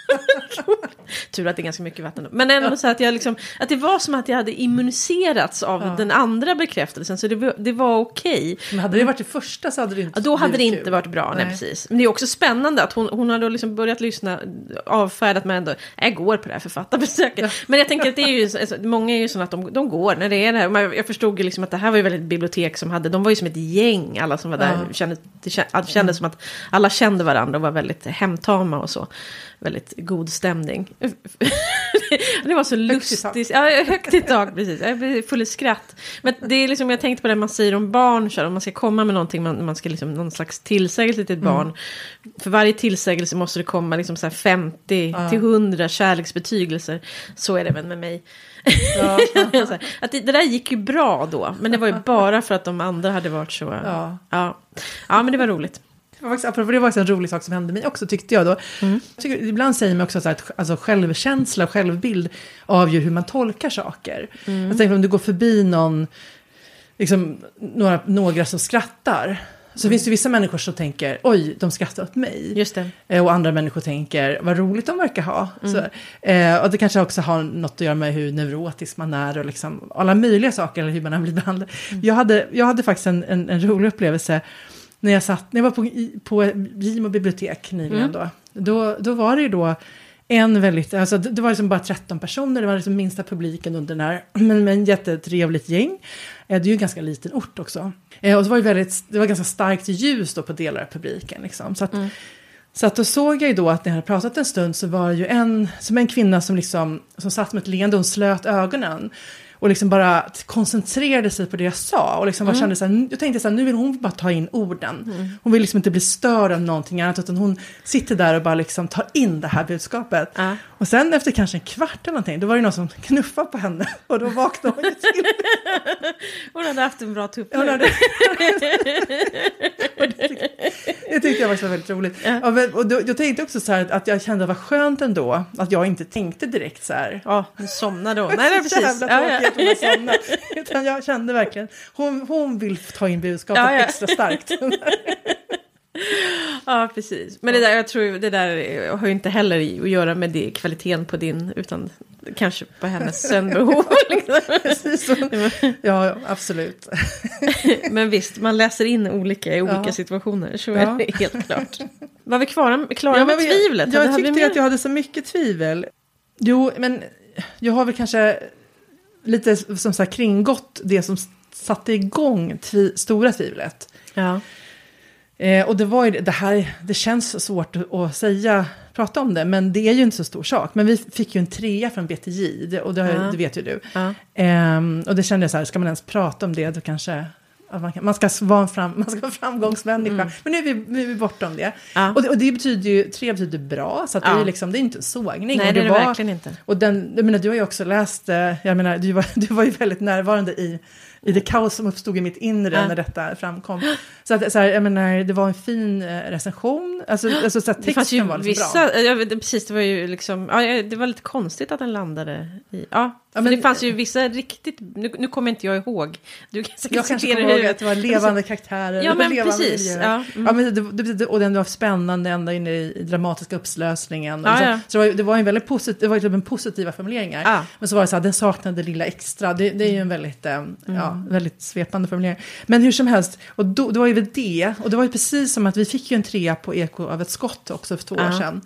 Tur att det är ganska mycket vatten. Men ändå så att jag liksom, att det var som att jag hade immuniserats av den andra bekräftelsen, så det var okej. Men hade det varit det första så hade det inte då hade det inte varit bra, nej precis. Men det är också spännande att hon hade liksom börjat lyssna, avfärdat mig ändå, jag går på det här författarbesöket. Men jag tänker att det är ju, många är ju så att de går när det är det här. Jag förstod ju liksom att det här var ju väldigt bibliotek som hade, de var ju som ett gäng, alla som var där kändes som att alla kände varandra och var väldigt hemtama och så. Väldigt god stämning. Det var så lustigt. Ja, högt i tak, precis. Jag blev full i skratt. Men det är liksom, jag tänkte på det man säger om barn, så om man ska komma med någonting, man ska liksom någon slags tillsägelse till ett barn. För varje tillsägelse måste det komma liksom så här 50 till 100 kärleksbetygelser. Så är det väl med mig. Att det där gick ju bra då, men det var ju bara för att de andra hade varit så. Ja, men det var roligt. Det var faktiskt en rolig sak som hände mig också, tyckte jag då. Ibland säger man också så att alltså, självkänsla och självbild avgör hur man tolkar saker. Jag tänker om du går förbi någon, liksom, några som skrattar, så finns det vissa människor som tänker, oj, de skrattar åt mig. Just det. Och andra människor tänker, vad roligt de verkar ha. Så, och det kanske också har något att göra med hur neurotisk man är och liksom, alla möjliga saker, eller hur man har blivit behandlad. Jag hade faktiskt en rolig upplevelse när jag var på Gimo bibliotek nyligen då var det ju då en väldigt, alltså det var liksom bara 13 personer, det var liksom minsta publiken under den här, men en jättetrevligt gäng. Det är ju en ganska liten ort också. Och så var det var ganska starkt ljus då på delar av publiken liksom. Så att då såg jag ju då att när jag hade pratat en stund så var det ju en kvinna som satt med ett leende, hon slöt ögonen. Och liksom bara koncentrerade sig på det jag sa. Och liksom bara kände så här, jag tänkte så här, nu vill hon bara ta in orden. Hon vill liksom inte bli störd av någonting annat. Utan hon sitter där och bara liksom tar in det här budskapet. Och sen efter kanske en kvart eller någonting, då var det någon som knuffade på henne. Och då vaknade hon ju till. Hon hade haft en bra tupp. Det tyckte jag var väldigt roligt. Ja. Och då tänkte också så här att jag kände att det var skönt ändå att jag inte tänkte direkt så här. Ja, du somnade då. Nej, det är precis. Utan jag kände verkligen, hon vill ta in budskapet extra starkt. Ja, precis. Men det där, jag tror det där har ju inte heller att göra med det, kvaliteten på din, utan kanske på hennes sömnbehov. Liksom. Precis så. Ja, absolut. Men visst, man läser in olika i olika situationer, så är det helt klart. Var vi klara med tvivlet? Jag tyckte att jag hade så mycket tvivel. Jo, men jag har väl kanske lite som sagt kringgått det som satte igång stora tvivlet. Ja. Och det var ju det här, det känns svårt att prata om det, men det är ju inte så stor sak. Men vi fick ju en 3 från BTJ, och det vet ju du. Ja. Och det kände jag så här, ska man ens prata om det, då kanske man ska vara en framgångsmänniska. Men nu är vi bortom det. Ja. Och det betyder ju, 3 betyder bra, så att det är liksom, det är inte en sågning. Nej, och det är det verkligen inte. Och jag menar, du har ju också läst, jag menar, du var ju väldigt närvarande i det kaos som uppstod i mitt inre när detta framkom. Så att så här, jag menar, det var en fin recension. Alltså så att texten var liksom bra. Precis, det var ju liksom, det var lite konstigt att den landade i, men det fanns ju vissa riktigt, nu kommer inte jag ihåg. Jag kanske kommer ihåg att det var levande karaktärer. Ja, men precis. Men och den var spännande ända in i dramatiska uppslösningen. Så det var en väldigt positiv, det var liksom en positiva formuleringar. Men så var det så här, den saknade lilla extra. Det är ju en väldigt, väldigt svepande formulering. Men hur som helst, och då var ju det, och det var ju precis som att vi fick ju en 3 på Eko av ett skott också för 2 år sedan.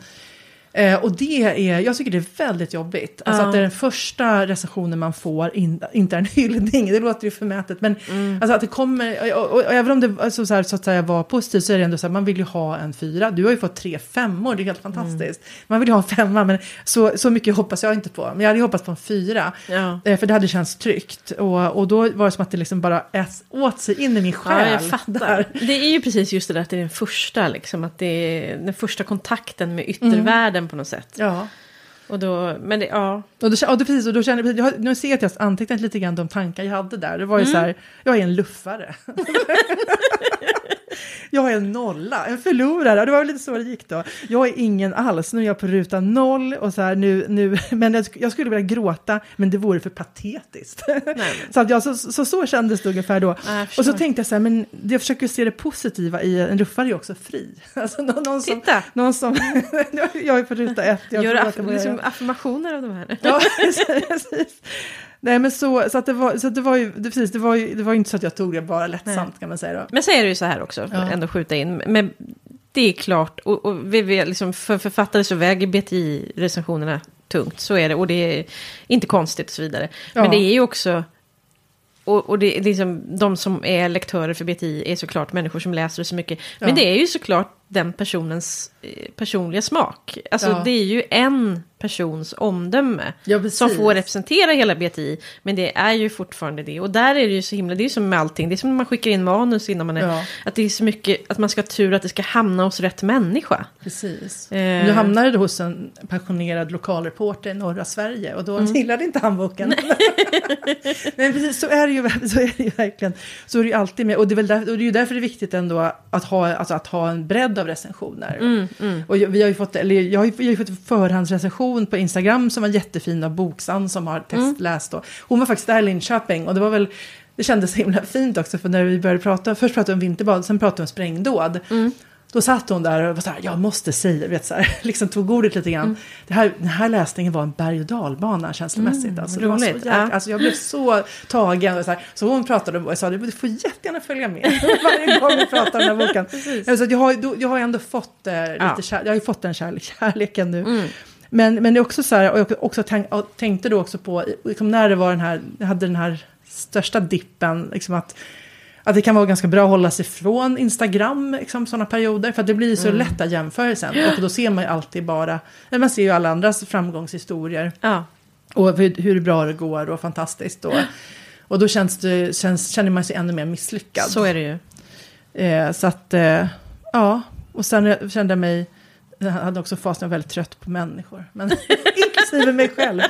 Och jag tycker det är väldigt jobbigt. Alltså att det är den första recensionen man får, inte en hyllning. Det låter ju förmätet. Men alltså att det kommer, och även om det så att säga var positivt, så är det ändå så här, man vill ju ha en 4. Du har ju fått 3 5:or, det är helt fantastiskt. Man vill ju ha en 5, men så mycket hoppas jag inte på. Men jag hade hoppats på en 4. För det hade känts tryggt. Och då var det som att det liksom bara åt sig in i min själ. Ja, jag fattar. Det är ju precis just det där att det är den första, liksom, att det är den första kontakten med yttervärlden på något sätt. Ja. Och då, men det, och då kände jag, nu ser jag att jag antecknat lite grann de tankar jag hade där. Det var ju så här, jag är en luffare. Jag är en nolla, en förlorare. Det var lite så det gick då. Jag är ingen alls. Nu är jag på ruta 0 och så här nu men jag skulle vilja gråta, men det vore för patetiskt. Så att så kändes det ungefär då. Och så tänkte jag så här, men jag försöker se det positiva i en luffare är också fri. Alltså någon som jag är på ruta 1. Gör liksom affirmationer av de här. Ja, precis. Nej, men så att det var inte så att jag tog det bara lättsamt, kan man säga då. Men så är det ju så här också, för att ändå skjuta in. Men det är klart, och vi liksom, för författare så väger BTI-recensionerna tungt, så är det. Och det är inte konstigt och så vidare. Men det är ju också, och det är liksom, de som är lektörer för BTI är såklart människor som läser så mycket. Men det är ju såklart den personens personliga smak. Alltså det är ju en persons omdöme som får representera hela BTI, men det är ju fortfarande det. Och där är det ju så himla, det är ju som med allting, det är som när man skickar in manus innan man är, att det är så mycket, att man ska ha tur att det ska hamna hos rätt människa. Precis. Nu hamnade det hos en passionerad lokalreporter i norra Sverige, och då gillade inte han boken. Men precis, så är det ju verkligen. Så är det ju alltid med, och det är ju därför det är viktigt ändå att ha en bredd av recensioner. Och vi har ju fått, jag har ju fått förhandsrecension på Instagram som var jättefin av Boksan som har testläst. Hon var faktiskt där i Linköping, och det kändes himla fint också, för när vi började först pratade om vinterbad, sen pratade vi om sprängdåd. Då satt hon där och var så här, jag måste säga, liksom tog ordet lite grann. Den här läsningen var en berg- och dalbana känslomässigt. Alltså, det var så alltså, jag blev så tagen. Och så hon pratade och sa, du får jättegärna följa med varje gång vi pratar om den här boken. Alltså, jag har ändå fått jag har ju fått den kärleken nu. Men det är också så här, och jag också tänkte då också på, liksom, när det var jag hade den här största dippen, liksom att det kan vara ganska bra att hålla sig från Instagram, liksom, sådana perioder, för att det blir så lätta jämförelsen. Och då ser man ju alltid man ser ju alla andras framgångshistorier. Och hur bra det går och fantastiskt. Och då känner man sig ännu mer misslyckad. Så är det ju. Så att, och sen kände jag mig, jag hade också fasen väldigt trött på människor. Men inklusive mig själv.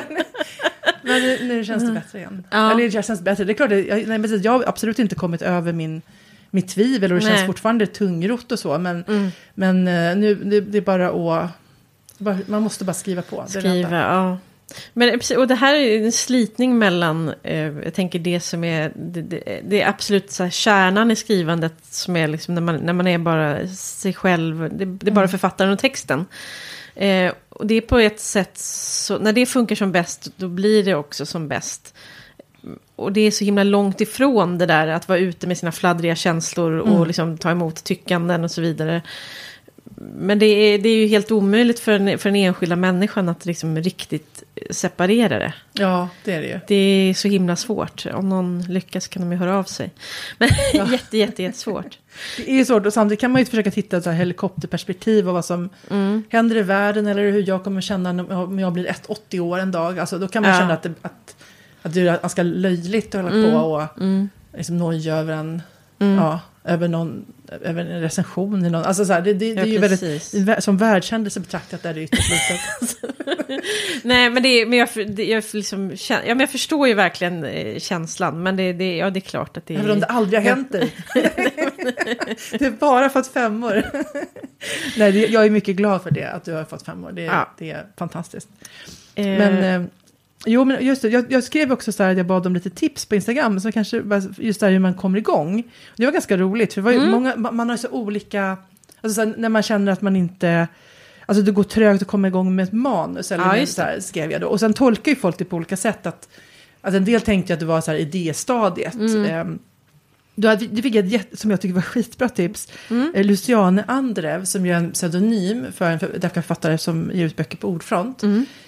Men nu känns det bättre igen. Eller det känns bättre. Det är klart, jag har absolut inte kommit över mitt tvivel och det känns fortfarande tungrott och så. Men nu det är bara att... Man måste bara skriva på. Skriva, ja. Men, och det här är en slitning mellan, jag tänker det som är, det är absolut så här kärnan i skrivandet som är liksom när man är bara sig själv, det är bara författaren och texten. Och det är på ett sätt, så, när det funkar som bäst, då blir det också som bäst. Och det är så himla långt ifrån det där att vara ute med sina fladdriga känslor och liksom ta emot tyckanden och så vidare. Men det är ju helt omöjligt för den enskilda människan att liksom riktigt separera det. Ja, det är det ju. Det är så himla svårt. Om någon lyckas kan de ju höra av sig. Men jättesvårt. Det är svårt och samtidigt kan man ju försöka titta ett helikopterperspektiv och vad som händer i världen eller hur jag kommer känna om jag blir 80 år en dag. Alltså, då kan man känna att det är ganska löjligt att hålla på och liksom noja över en... Ja, över en recension i någon, alltså så här, det är ju väldigt som världshändelse betraktat där det ytterst litet. Nej, men jag förstår ju verkligen känslan, men det är klart att det är... Även om det aldrig har hänt dig. Det är bara fått 5 år. Nej, jag är mycket glad för det, att du har fått 5 år. Det är fantastiskt. Men jo, men just det, jag skrev också så här att jag bad om lite tips på Instagram, så kanske just där hur man kommer igång. Det var ganska roligt, för det var ju många, man har så olika, alltså så här, när man känner att man inte, alltså det går trögt att komma igång med ett manus, eller så här, skrev jag då. Och sen tolkar ju folk det på olika sätt, att en del tänkte att det var så här idéstadiet. Du fick ett som jag tycker var skitbra tips. Luciane Andrev, som är en pseudonym för en författare som ger ut böcker på Ordfront.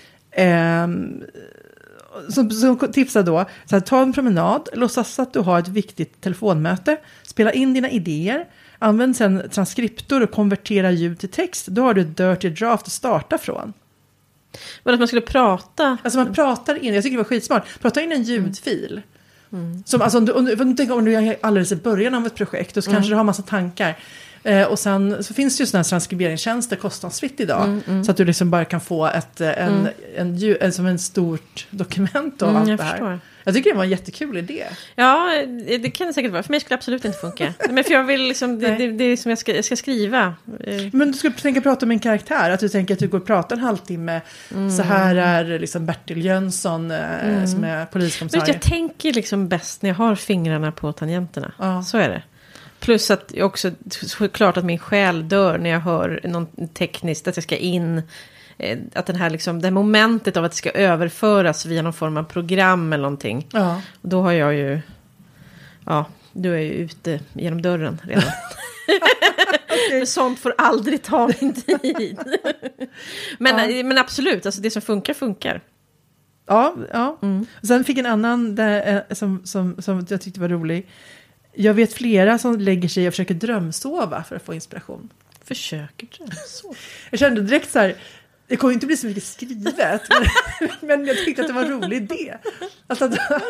Som tipsar då, så här, ta en promenad, låtsas att du har ett viktigt telefonmöte, spela in dina idéer, använd sen transkriptor och konvertera ljud till text. Då har du ett dirty draft att starta från. Men att man skulle prata? Alltså man pratar in, jag tycker det var skitsmart, prata in en ljudfil. Som, alltså, om du är alldeles i början av ett projekt, och så kanske du har massa tankar. Och sen så finns det ju sådana här transkriberingstjänster kostnadsfritt idag. Så att du liksom bara kan få som en stort dokument av allt det här. Förstår. Jag tycker det var en jättekul idé. Ja, det kan det säkert vara. För mig skulle det absolut inte funka. Men för jag vill liksom, det är som jag ska skriva. Men du skulle tänka prata med en karaktär. Att du tänker att du går och pratar en halvtimme. Så här är liksom Bertil Jönsson som är poliskommissarie. Jag tänker liksom bäst när jag har fingrarna på tangenterna. Ja. Så är det. Plus att jag också, klart att min själ dör när jag hör något tekniskt, att jag ska in, att den här liksom, det momentet av att det ska överföras via någon form av program eller någonting. Ja. Då har jag ju, du är ju ute genom dörren redan. Okay. Sånt får aldrig ta min tid. Men absolut, alltså det som funkar. Ja. Och sen fick en annan som jag tyckte var rolig. Jag vet flera som lägger sig och försöker drömsova för att få inspiration. Försöker drömsova? Jag kände direkt så här, det kommer inte bli så mycket skrivet, men jag tyckte att det var en rolig idé. Alltså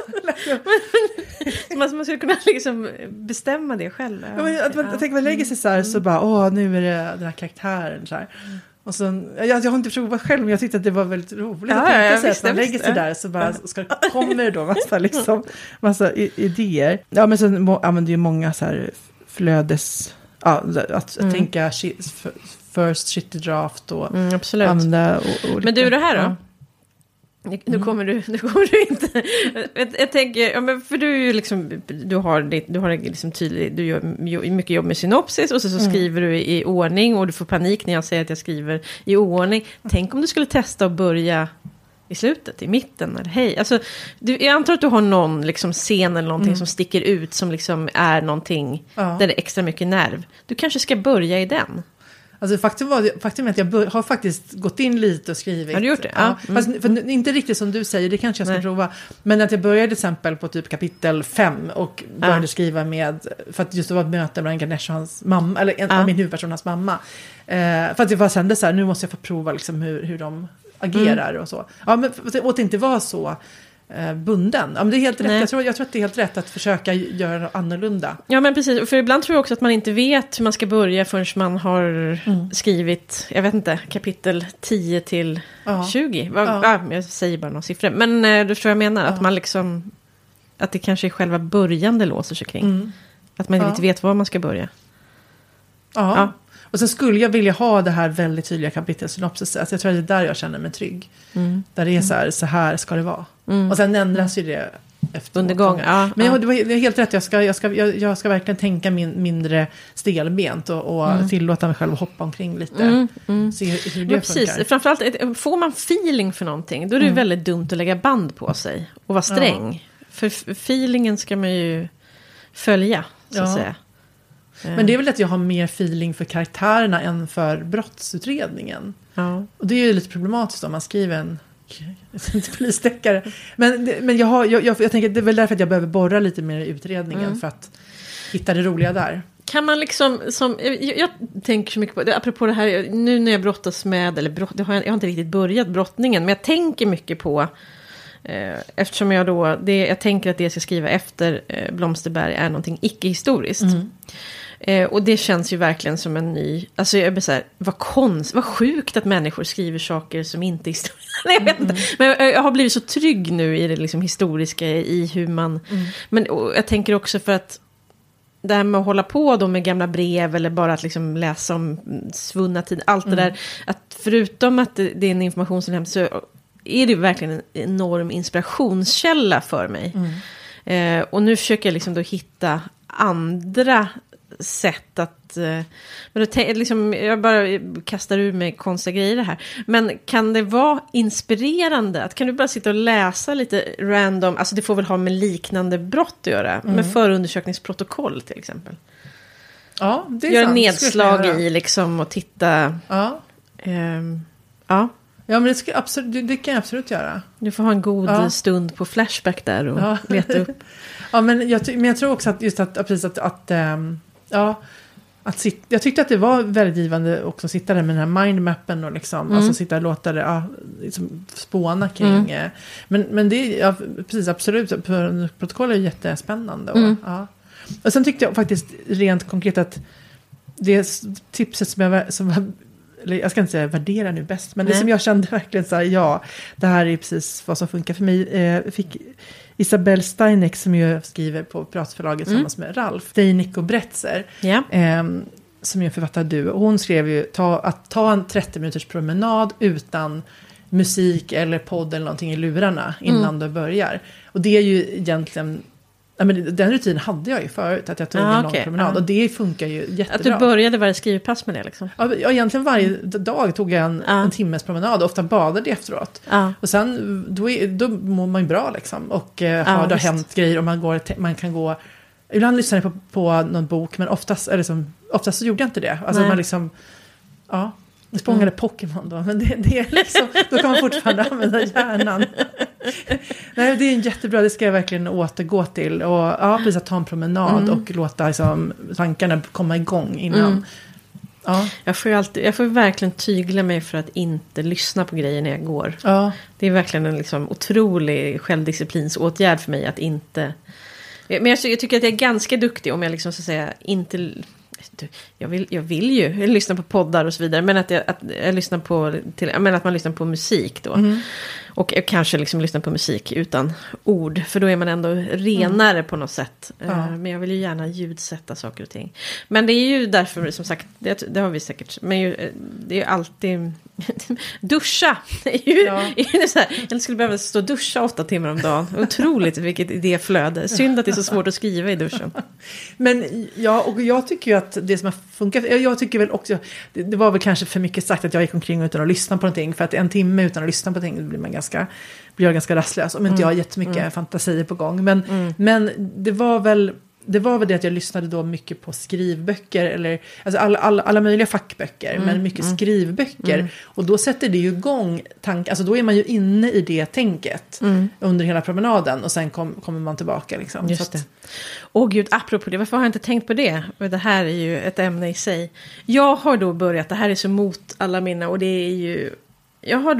man skulle kunna liksom bestämma det själv. Ja, men att man tänker man lägger sig så här, så bara, nu är det den här karaktären så här. Och så, jag har inte provat själv, men jag tyckte att det var väldigt roligt att tänka sig att man lägger sig där, så bara kommer det då massa idéer. Ja, men sen använder ju många så här flödes, att tänka first shitty draft och använda olika. Men du, det här då? Ja. Nu kommer du inte. Jag tänker, men för du är ju liksom, du har liksom tydligt, du gör mycket jobb med synopsis, och så skriver du i ordning, och du får panik när jag säger att jag skriver i oordning. Tänk om du skulle testa att börja i slutet, i mitten, eller hej. Alltså, jag antar att du har någon liksom scen eller någonting som sticker ut, som liksom är någonting där det är extra mycket nerv. Du kanske ska börja i den. Alltså faktum är att jag har faktiskt gått in lite och skrivit. Har du gjort det? Ja. Fast, för inte riktigt som du säger, det kanske jag ska prova. Men att jag började till exempel på typ kapitel 5 och började skriva med, för att just det var ett möte med Ganesh och hans mamma, eller min huvudperson, hans mamma. För att det var sen det så här, nu måste jag få prova liksom hur de agerar och så. Ja, men åt inte vara så bunden. Ja, men det är helt rätt. Jag tror att det är helt rätt att försöka göra något annorlunda. Ja, men precis. För ibland tror jag också att man inte vet hur man ska börja förrän man har skrivit, jag vet inte, kapitel 10 till 20. Jag säger bara några siffror. Men du förstår vad jag menar. Att man liksom, att det kanske är själva början det låser sig kring. Att man inte riktigt vet var man ska börja. Ja. Och sen skulle jag vilja ha det här väldigt tydliga kapitelsynopsis. Alltså jag tror att det är där jag känner mig trygg. Där det är så här ska det vara. Och sen ändras ju det efter undergång. Men det är helt rätt. Jag ska verkligen tänka mindre stelbent och tillåta mig själv att hoppa omkring lite. Se hur det funkar. Framförallt får man feeling för någonting, då är det väldigt dumt att lägga band på sig och vara sträng. För feelingen ska man ju följa, så att säga. Men det är väl att jag har mer feeling för karaktärerna än för brottsutredningen. Ja. Och det är ju lite problematiskt om man skriver en polisdeckare. Men jag tänker att det är väl därför att jag behöver borra lite mer i utredningen för att hitta det roliga där. Kan man liksom, jag tänker så mycket på det, apropå det här, nu när jag brottas med, jag har inte riktigt börjat brottningen, men jag tänker mycket på, eftersom jag tänker att det jag ska skriva efter Blomsterberg är någonting icke-historiskt. Och det känns ju verkligen som en ny... Alltså jag blir så här, vad sjukt att människor skriver saker som inte är historiska. Jag vet inte. Men jag har blivit så trygg nu i det liksom historiska, i hur man... Men jag tänker också för att det här med att hålla på då med gamla brev eller bara att liksom läsa om svunna tid, allt det där, att förutom att det är en information som hämtas, så är det verkligen en enorm inspirationskälla för mig. Och nu försöker jag liksom då hitta andra sätt att... Men då liksom, jag bara kastar ur mig konstiga grejer det här. Men kan det vara inspirerande? Kan du bara sitta och läsa lite random... Alltså det får väl ha med liknande brott att göra. Med förundersökningsprotokoll till exempel. Ja, det är gör sant. Nedslag i liksom och titta... Ja. Ja, men det kan jag absolut göra. Du får ha en god stund på Flashback där och leta upp. Ja, men jag tror också att just jag tyckte att det var väldigt givande också att sitta där med den här mindmappen och liksom, alltså sitta och låta det liksom spåna kring. Men det är precis, absolut, protokoll är jättespännande. Och sen tyckte jag faktiskt rent konkret att det tipset som jag ska inte säga värdera nu bäst, men det som jag kände verkligen så här, det här är precis vad som funkar för mig. Fick Isabelle Steineck, som ju skriver på Pratförlaget tillsammans med Ralf Deinik och Bretzer, som är en författare och hon skrev ju att ta en 30 minuters promenad utan musik eller podd eller någonting i lurarna innan du börjar. Och det är ju egentligen... Ja, men den rutinen hade jag ju förut, att jag tog en lång promenad. Och det funkar ju jättebra. Att du började varje skrivpass med det liksom? Ja, egentligen varje dag tog jag en timmes promenad. Ofta badade efteråt. Och sen, då mår man ju bra liksom. Och det har hänt grejer. Och man kan gå... Ibland lyssnar jag på någon bok, men oftast så gjorde jag inte det. Alltså man liksom... Ja... Det spångade Pokémon då, men det är liksom, då kan man fortfarande använda hjärnan. Nej, det är en jättebra, det ska jag verkligen återgå till. Och precis, att ta en promenad och låta liksom, tankarna komma igång innan. Jag får verkligen tygla mig för att inte lyssna på grejer när jag går. Det är verkligen en liksom otrolig självdisciplinsåtgärd för mig att inte... Men jag tycker att jag är ganska duktig om jag liksom så att säga inte... Jag vill ju lyssna på poddar och så vidare, men att jag lyssnar på att man lyssnar på musik då. Och jag kanske liksom lyssnar på musik utan ord, för då är man ändå renare på något sätt. Men jag vill ju gärna ljudsätta saker och ting. Men det är ju därför, som sagt, det har vi säkert, men det är ju alltid duscha. Det är ju så här, jag skulle behöva stå och duscha 8 timmar om dagen. Otroligt vilket idéflöde. Synd att det är så svårt att skriva i duschen. Men och jag tycker ju att det som har funkat, jag tycker väl också, det var väl kanske för mycket sagt att jag gick omkring utan att lyssna på någonting, för att en timme utan att lyssna på någonting blir jag ganska rastlös om inte jag har jättemycket fantasier på gång. Men det var väl det att jag lyssnade då mycket på skrivböcker, eller alltså alla möjliga fackböcker, men mycket skrivböcker. Och då sätter det ju igång alltså då är man ju inne i det tänket under hela promenaden, och sen kommer man tillbaka liksom. Just det. Gud, apropå det, varför har jag inte tänkt på det? Det här är ju ett ämne i sig. Jag har då börjat, det här är så mot alla mina, och det är ju, jag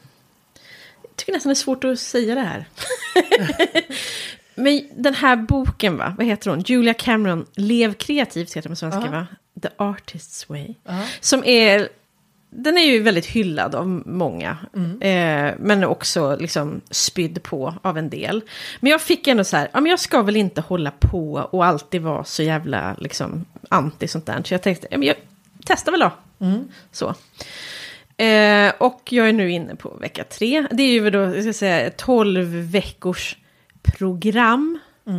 tycker nästan det är svårt att säga det här. Men den här boken, vad heter hon? Julia Cameron, Lev kreativt heter den på svenska, va? The Artist's Way. Som är den är ju väldigt hyllad av många. Men också liksom spydd på av en del. Men jag fick ändå så här, ja, men jag ska väl inte hålla på och alltid vara så jävla liksom anti sånt där. Så jag tänkte, ja, men jag testar väl då. Så. Och jag är nu inne på vecka 3. Det är ju då, jag ska säga, 12 veckors program.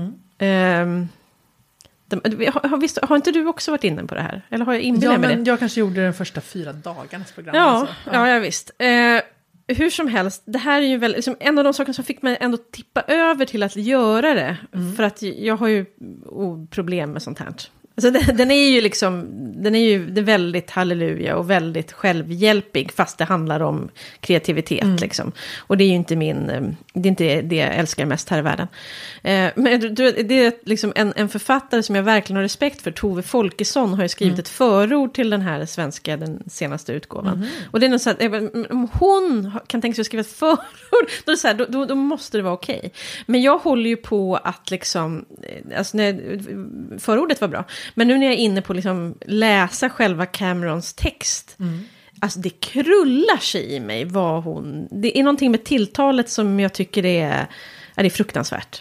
Har inte du också varit inne på det här? Eller har jag inbillat mig det? Jag kanske gjorde den första 4 dagarnas program. Ja, visst. Hur som helst, det här är ju väl liksom en av de saker som fick mig ändå tippa över till att göra det. För att jag har ju problem med sånt här. Alltså den är ju liksom, den är ju det väldigt halleluja och väldigt självhjälpig, fast det handlar om kreativitet liksom. Och det är ju inte det är inte det jag älskar mest här i världen. Men det är liksom en författare som jag verkligen har respekt för, Tove Folkesson, har ju skrivit ett förord till den här svenska, den senaste utgåvan. Och det är nog så att om hon kan tänka sig att skriva ett förord, då måste det vara okej. Men jag håller ju på att liksom, alltså förordet var bra. Men nu när jag är inne på liksom läsa själva Camerons text, alltså det krullar sig i mig det är någonting med tilltalet som jag tycker det är fruktansvärt.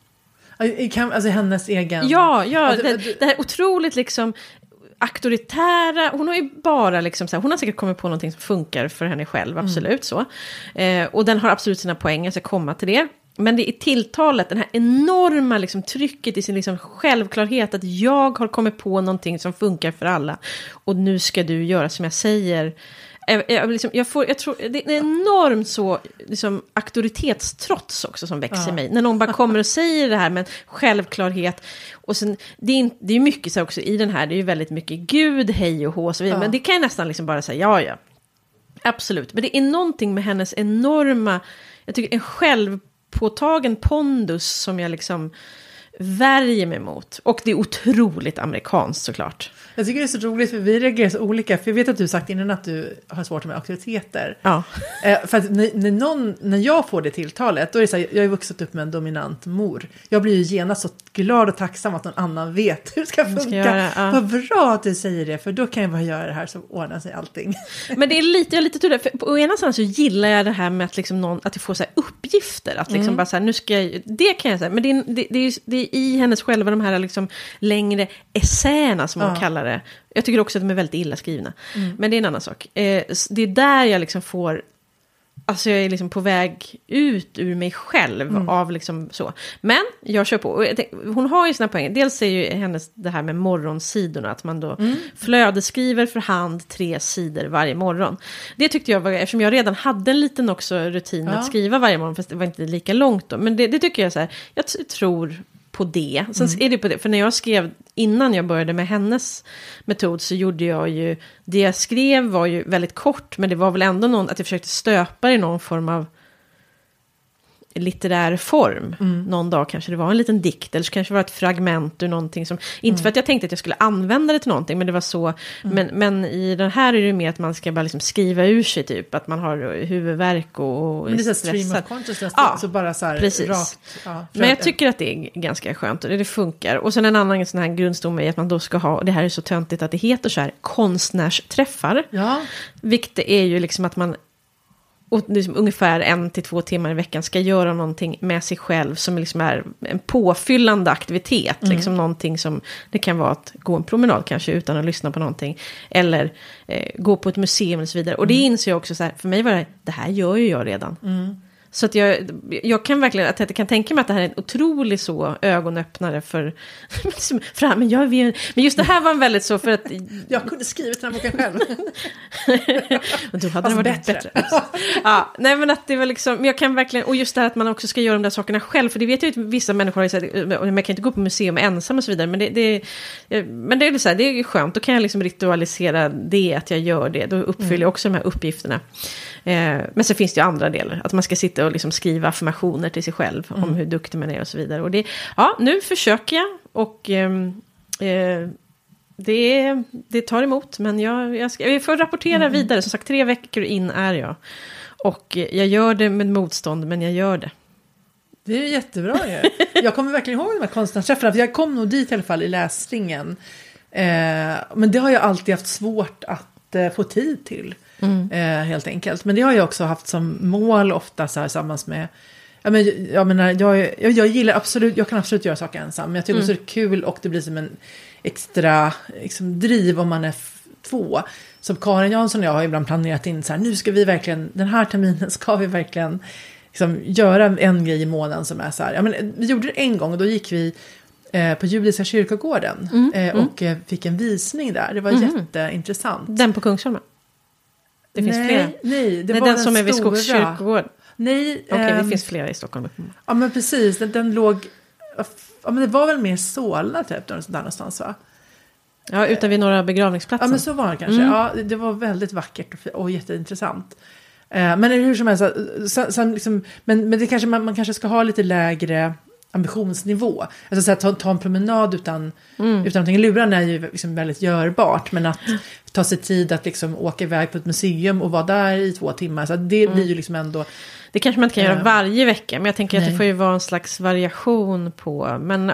Alltså hennes egen... Ja, det här otroligt liksom auktoritära, hon har ju bara liksom så här, hon har säkert kommit på någonting som funkar för henne själv, absolut så. Och den har absolut sina poäng, jag ska komma till det. Men det är tilltalet, den här enorma liksom trycket i sin liksom självklarhet att jag har kommit på någonting som funkar för alla. Och nu ska du göra som jag säger. Jag tror det är enormt så liksom auktoritetstrots också som växer i mig. När någon bara kommer och säger det här med självklarhet. Och sen, det är mycket så också i den här, det är ju väldigt mycket Gud, hej och hå och så vidare. Men det kan jag nästan liksom bara säga, ja. Absolut. Men det är någonting med hennes enorma, jag tycker en självpåtagen pondus som jag liksom värjer mig mot. Och det är otroligt amerikanskt såklart. Jag tycker det är så roligt för vi reagerar så olika. För jag vet att du sagt innan att du har svårt med auktoriteter. Ja. För att när jag får det tilltalet, då är det så här, jag har vuxit upp med en dominant mor. Jag blir ju genast så glad och tacksam att någon annan vet hur det ska funka. Vad bra att du säger det, för då kan jag bara göra det här så ordnar sig allting. Men det är lite tur där, för på ena sidan så gillar jag det här med att liksom att jag får så här uppgifter. Att liksom bara så här, nu ska jag, det kan jag säga. Men det är i hennes själva de här liksom längre essäerna som hon kallar det. Jag tycker också att de är väldigt illa skrivna. Men det är en annan sak. Det är där jag liksom får, alltså jag är liksom på väg ut ur mig själv av liksom så. Men jag kör på. Hon har ju sina poäng. Dels är ju hennes det här med morgonsidorna, att man då flödeskriver för hand 3 sidor varje morgon. Det tyckte jag var, eftersom jag redan hade en liten också rutin att skriva varje morgon, fast det var inte lika långt då. Men det tycker jag så här, jag tror på det. Sen är det på det, för när jag skrev, innan jag började med hennes metod, så gjorde jag ju, det jag skrev var ju väldigt kort, men det var väl ändå att jag försökte stöpa i någon form av litterär form. Någon dag kanske det var en liten dikt, eller så kanske det var ett fragment ur någonting som, inte för att jag tänkte att jag skulle använda det till någonting, men det var så, men i den här är det mer att man ska bara liksom skriva ur sig typ, att man har huvudvärk och men det är så stream of consciousness, så bara så här precis. Rakt. Men jag tycker att det är ganska skönt och det funkar. Och sen en annan sån här grundstomme är att man då ska ha, och det här är så töntigt att det heter så här, konstnärsträffar. Vilket är ju liksom att man liksom ungefär 1 till 2 timmar i veckan ska göra någonting med sig själv som liksom är en påfyllande aktivitet. Liksom någonting som, det kan vara att gå en promenad kanske utan att lyssna på någonting. Eller gå på ett museum och så vidare. Och det inser jag också så här, för mig var det här gör ju jag redan. Så att jag kan verkligen, att jag kan tänka mig att det här är en otrolig så ögonöppnare för men just det här var en väldigt så, för att jag kunde skrivit den här boken själv. Och då hade det varit bättre. Nej, men att det var liksom, men jag kan verkligen, och just det här att man också ska göra de där sakerna själv, för det vet jag ju att vissa människor har sagt, man kan inte gå på museum ensam och så vidare, men men det är så här, det är skönt, då kan jag liksom ritualisera det, att jag gör det, då uppfyller jag också de här uppgifterna. Men så finns det ju andra delar, att man ska sitta och liksom skriva affirmationer till sig själv om hur duktig man är och så vidare. Och det, nu försöker jag, och det tar emot, men jag får rapportera vidare. Som sagt, 3 veckor in är jag. Och jag gör det med motstånd, men jag gör det. Det är jättebra ju. Jag kommer verkligen ihåg de här konstnärsträffarna, för jag kom nog dit i alla fall i läsringen. Men det har jag alltid haft svårt att få tid till. Helt enkelt. Men det har jag också haft som mål ofta så här tillsammans med... Jag gillar absolut, jag kan absolut göra saker ensam. Men jag tycker också det är kul och det blir som en extra liksom, driv om man är två. Som Karin Jansson och jag har ibland planerat in så här, nu ska vi verkligen, den här terminen ska vi verkligen liksom, göra en grej i månaden som är så här. Vi gjorde det en gång och då gick vi på Judiska kyrkogården och fick en visning där. Det var jätteintressant. Den på Kungsholmen? Det finns flera? Nej, det var den som är vid Skogs kyrkogård. Nej. Okej, det finns flera i Stockholm. Ja, men precis. Den låg... Ja, men det var väl mer Solna typ, där någonstans, va? Ja, utan vid några begravningsplatser. Ja, men så var det kanske. Ja, det var väldigt vackert och jätteintressant. Men hur som helst, liksom, men det kanske, man kanske ska ha lite lägre ambitionsnivå. Alltså så här, ta en promenad utan någonting. Luran är ju liksom väldigt görbart, men att ta sig tid att liksom åka iväg på ett museum och vara där i 2 timmar, så det blir ju liksom ändå... Det kanske man inte kan göra varje vecka, men jag tänker att det får ju vara en slags variation på. Men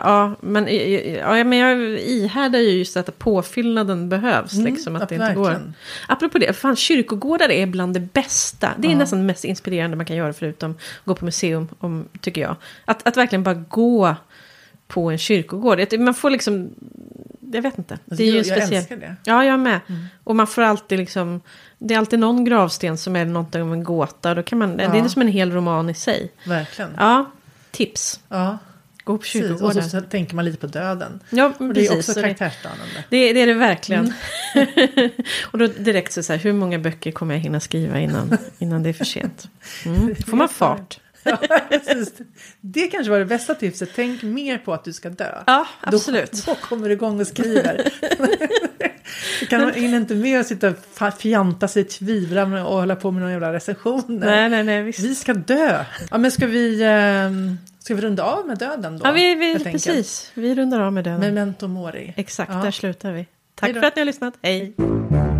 jag ihärdar ju just att påfyllnaden behövs. Liksom, att det inte går. Apropå det, kyrkogårdar är bland det bästa. Det är nästan det mest inspirerande man kan göra förutom att gå på museum, tycker jag. Att verkligen bara gå på en kyrkogård. Man får liksom... Jag vet inte. Alltså, det är ju speciellt. Jag älskar det. Ja, jag med. Och man får alltid liksom... Det är alltid någon gravsten som är något av en gåta. Då kan man, det är som en hel roman i sig. Verkligen. Ja, tips. Ja. Gå på kyrkogården. Och så tänker man lite på döden. Ja, och det är också karaktärsdanande. Det är det verkligen. Och då direkt så här, hur många böcker kommer jag hinna skriva innan det är för sent? Får man fart? Ja, det kanske var det bästa tipset. Tänk mer på att du ska dö. Ja, absolut. Då kommer du igång och skriver. Du kan inte med att sitta och fjanta sig, tvivla och hålla på med någon jävla recensioner. Nej, visst. Vi ska dö. Ja, men ska vi runda av med döden då? Ja, precis. Vi rundar av med döden. Memento mori. Exakt, där slutar vi. Tack för att ni har lyssnat. Hej.